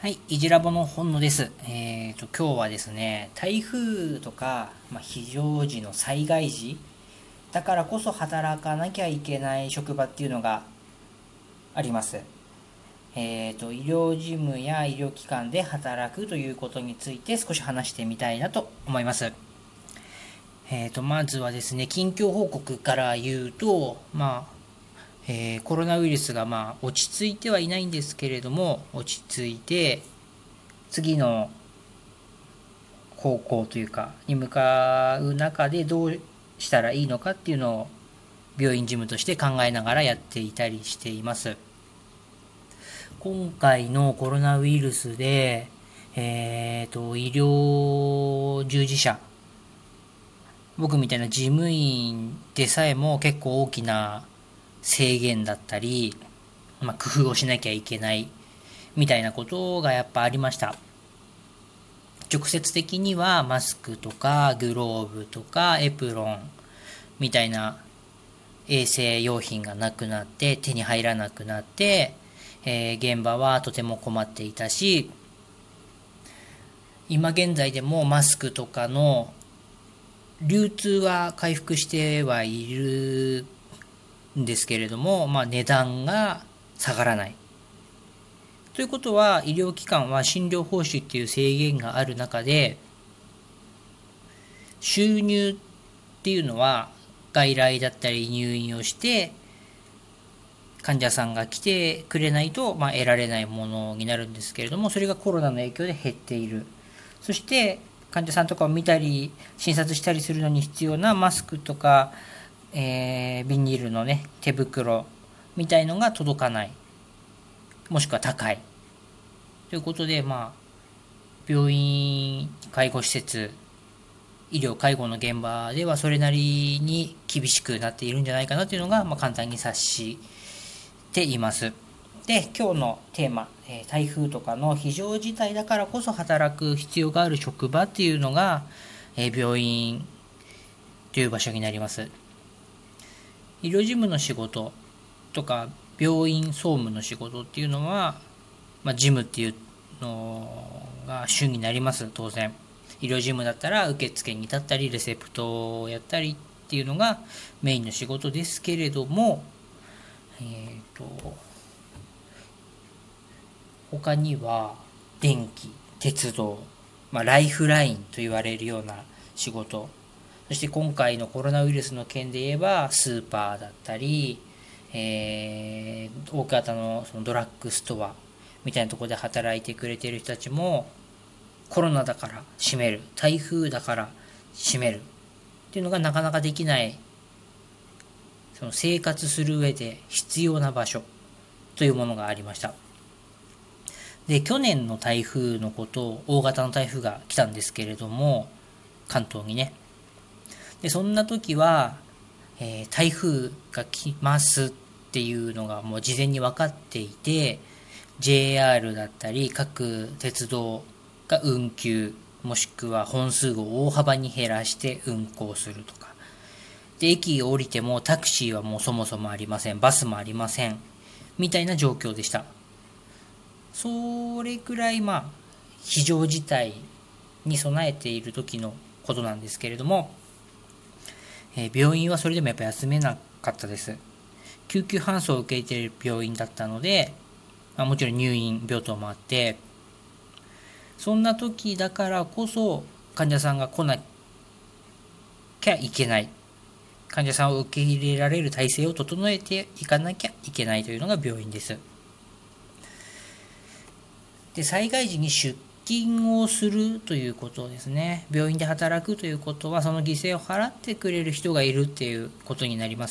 はい、いじらぼの本野です。今日はですね、台風とか、非常時の災害時、だからこそ働かなきゃいけない職場っていうのがあります。医療事務や医療機関で働くということについて少し話してみたいなと思います。まずはですね、近況報告から言うと、コロナウイルスが落ち着いてはいないんですけれども、落ち着いて、次の方向というかに向かう中でどうしたらいいのかっていうのを病院事務として考えながらやっていたりしています。今回のコロナウイルスで、医療従事者、僕みたいな事務員でさえも結構大きな制限だったり、工夫をしなきゃいけないみたいなことがやっぱありました。直接的にはマスクとかグローブとかエプロンみたいな衛生用品がなくなって手に入らなくなって、現場はとても困っていたし、今現在でもマスクとかの流通は回復してはいるんですけれども、値段が下がらない。ということは医療機関は診療報酬っていう制限がある中で、収入っていうのは外来だったり入院をして患者さんが来てくれないと、得られないものになるんですけれども、それがコロナの影響で減っている。そして患者さんとかを見たり診察したりするのに必要なマスクとか、ビニールのね手袋みたいのが届かない、もしくは高いということで、病院介護施設医療介護の現場ではそれなりに厳しくなっているんじゃないかなというのが、簡単に察しています。で、今日のテーマ、台風とかの非常事態だからこそ働く必要がある職場っていうのが、病院という場所になります。医療事務の仕事とか病院総務の仕事っていうのは、事務っていうのが主になります。当然医療事務だったら受付に立ったりレセプトをやったりっていうのがメインの仕事ですけれども、他には電気、鉄道、ライフラインと言われるような仕事、そして今回のコロナウイルスの件で言えばスーパーだったり、大型のそのドラッグストアみたいなところで働いてくれている人たちも、コロナだから閉める、台風だから閉めるっていうのがなかなかできない、その生活する上で必要な場所というものがありました。で、去年の台風のことを、大型の台風が来たんですけれども、関東にね。で、そんな時は、台風が来ますっていうのがもう事前に分かっていて、JR だったり各鉄道が運休、もしくは本数を大幅に減らして運行するとか。で、駅を降りてもタクシーはもうそもそもありません。バスもありません。みたいな状況でした。それくらい非常事態に備えている時のことなんですけれども、病院はそれでもやっぱ休めなかったです。救急搬送を受けている病院だったので、もちろん入院病棟もあって、そんな時だからこそ患者さんが来なきゃいけない、患者さんを受け入れられる体制を整えていかなきゃいけないというのが病院です。で、災害時に出勤をするということですね。病院で働くということは、その犠牲を払ってくれる人がいるっていうことになります。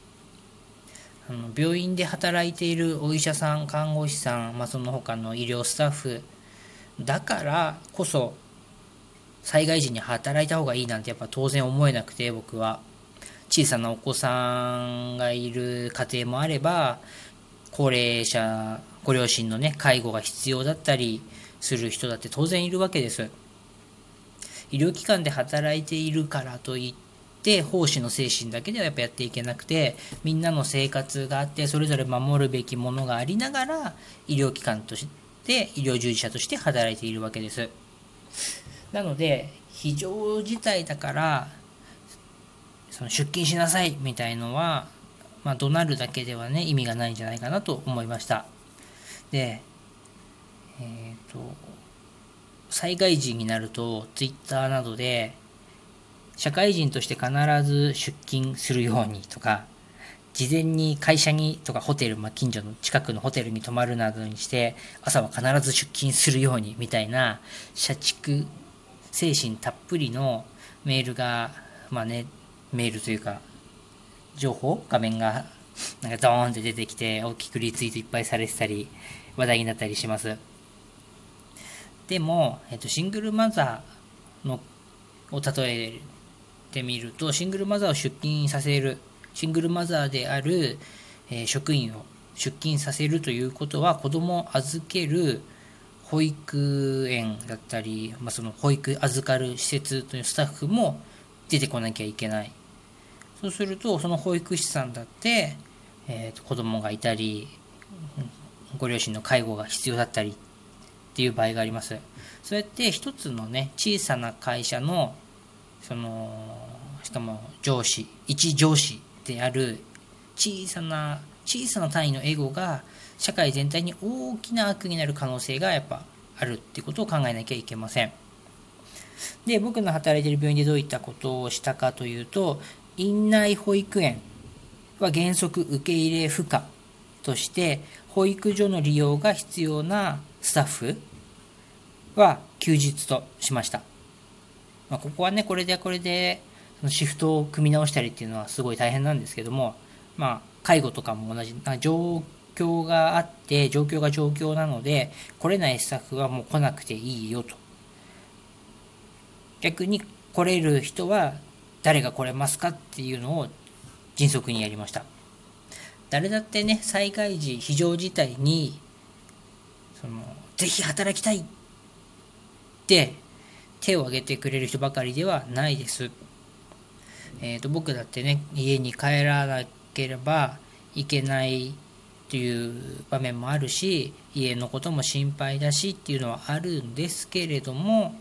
病院で働いているお医者さん、看護師さん、その他の医療スタッフだからこそ、災害時に働いた方がいいなんてやっぱ当然思えなくて、僕は。小さなお子さんがいる家庭もあれば、高齢者、ご両親のね、介護が必要だったりする人だって当然いるわけです。医療機関で働いているからといって、奉仕の精神だけではやっぱやっていけなくて、みんなの生活があって、それぞれ守るべきものがありながら、医療機関としで医療従事者として働いているわけです。なので非常事態だからその出勤しなさいみたいのは、怒鳴るだけではね意味がないんじゃないかなと思いました。で、災害時になるとツイッターなどで社会人として必ず出勤するようにとか、事前に会社にとかホテル、近所の近くのホテルに泊まるなどにして朝は必ず出勤するようにみたいな社畜精神たっぷりのメールがメールというか画面がなんかドーンって出てきて大きくリツイートいっぱいされてたり話題になったりします。でも、シングルマザーのを例えてみると、シングルマザーを出勤させる、シングルマザーである、職員を出勤させるということは、子供を預ける保育園だったり、その保育預かる施設というスタッフも出てこなきゃいけない。そうするとその保育士さんだって、子供がいたりご両親の介護が必要だったりっていう場合があります。そうやって一つのね小さな会社のしかも一上司である小さな単位のエゴが社会全体に大きな悪になる可能性がやっぱあるっていうことを考えなきゃいけません。で、僕の働いている病院でどういったことをしたかというと、院内保育園は原則受け入れ不可として保育所の利用が必要なスタッフは休日としました。ここはねこれでシフトを組み直したりっていうのはすごい大変なんですけども、介護とかも同じ状況があって状況なので来れないスタッフはもう来なくていいよと、逆に来れる人は誰が来れますかっていうのを迅速にやりました。誰だってね災害時非常事態にぜひ働きたいって手を挙げてくれる人ばかりではないです。僕だってね家に帰らなければいけないという場面もあるし、家のことも心配だしっていうのはあるんですけれども、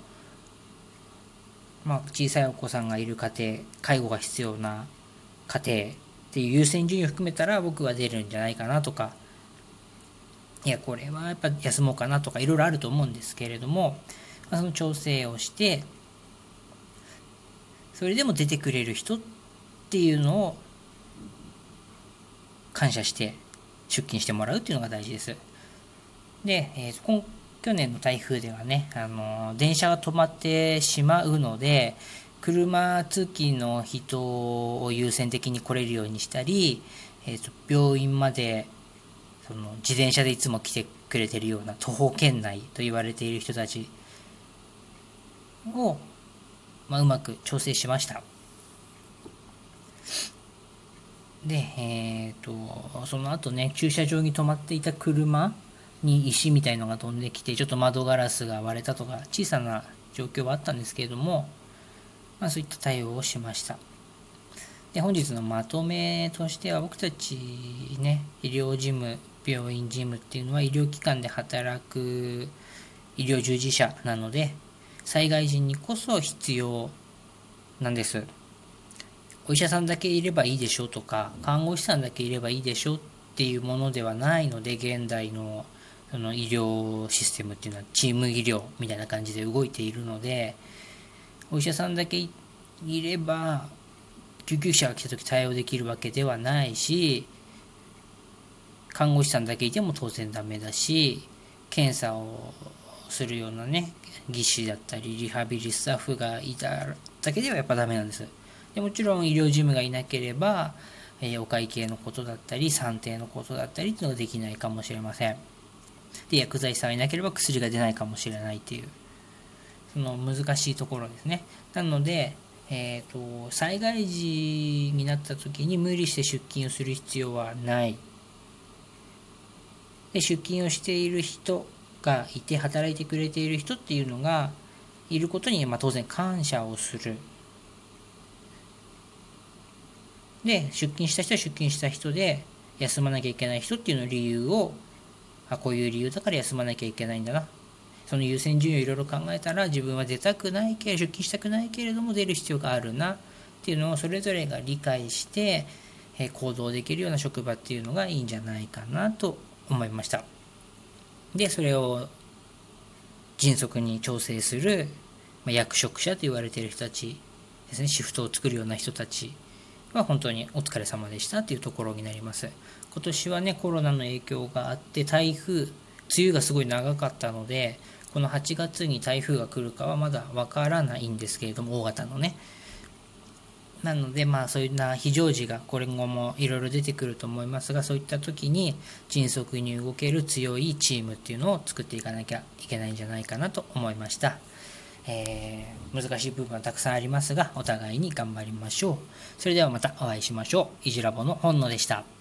小さいお子さんがいる家庭、介護が必要な家庭っていう優先順位を含めたら僕は出るんじゃないかなとか、いやこれはやっぱ休もうかなとかいろいろあると思うんですけれども、その調整をしてそれでも出てくれる人っていうのを感謝して出勤してもらうっていうのが大事です。で、去年の台風ではね、電車が止まってしまうので車通勤の人を優先的に来れるようにしたり、病院まで自転車でいつも来てくれてるような徒歩圏内と言われている人たちを、うまく調整しました。で、その後ね駐車場に止まっていた車に石みたいのが飛んできてちょっと窓ガラスが割れたとか小さな状況はあったんですけれども、そういった対応をしました。で、本日のまとめとしては、僕たちね医療事務病院事務っていうのは医療機関で働く医療従事者なので災害時にこそ必要なんです。お医者さんだけいればいいでしょとか看護師さんだけいればいいでしょっていうものではないので、現代のその医療システムっていうのはチーム医療みたいな感じで動いているので、お医者さんだけいれば救急車が来た時対応できるわけではないし、看護師さんだけいても当然ダメだし、検査をするようなね技師だったりリハビリスタッフがいただけではやっぱダメなんです。でもちろん医療事務がいなければ、お会計のことだったり算定のことだったりっていうのができないかもしれません。で、薬剤師さんがいなければ薬が出ないかもしれないっていうその難しいところですね。なので、災害時になった時に無理して出勤をする必要はない。で、出勤をしている人がいて働いてくれている人っていうのがいることに、当然感謝をする。で、出勤した人は出勤した人で休まなきゃいけない人っていうの理由をこういう理由だから休まなきゃいけないんだな、その優先順位をいろいろ考えたら自分は出たくないけれど出勤したくないけれども出る必要があるなっていうのをそれぞれが理解して行動できるような職場っていうのがいいんじゃないかなと思いました。でそれを迅速に調整する役職者と言われている人たちですね、シフトを作るような人たちは本当にお疲れ様でしたというところになります。今年はねコロナの影響があって台風梅雨がすごい長かったので、この8月に台風が来るかはまだわからないんですけれども、大型のね、なのでそういうな非常時がこれ後もいろいろ出てくると思いますが、そういった時に迅速に動ける強いチームっていうのを作っていかなきゃいけないんじゃないかなと思いました。難しい部分はたくさんありますがお互いに頑張りましょう。それではまたお会いしましょう。いじラボの本野でした。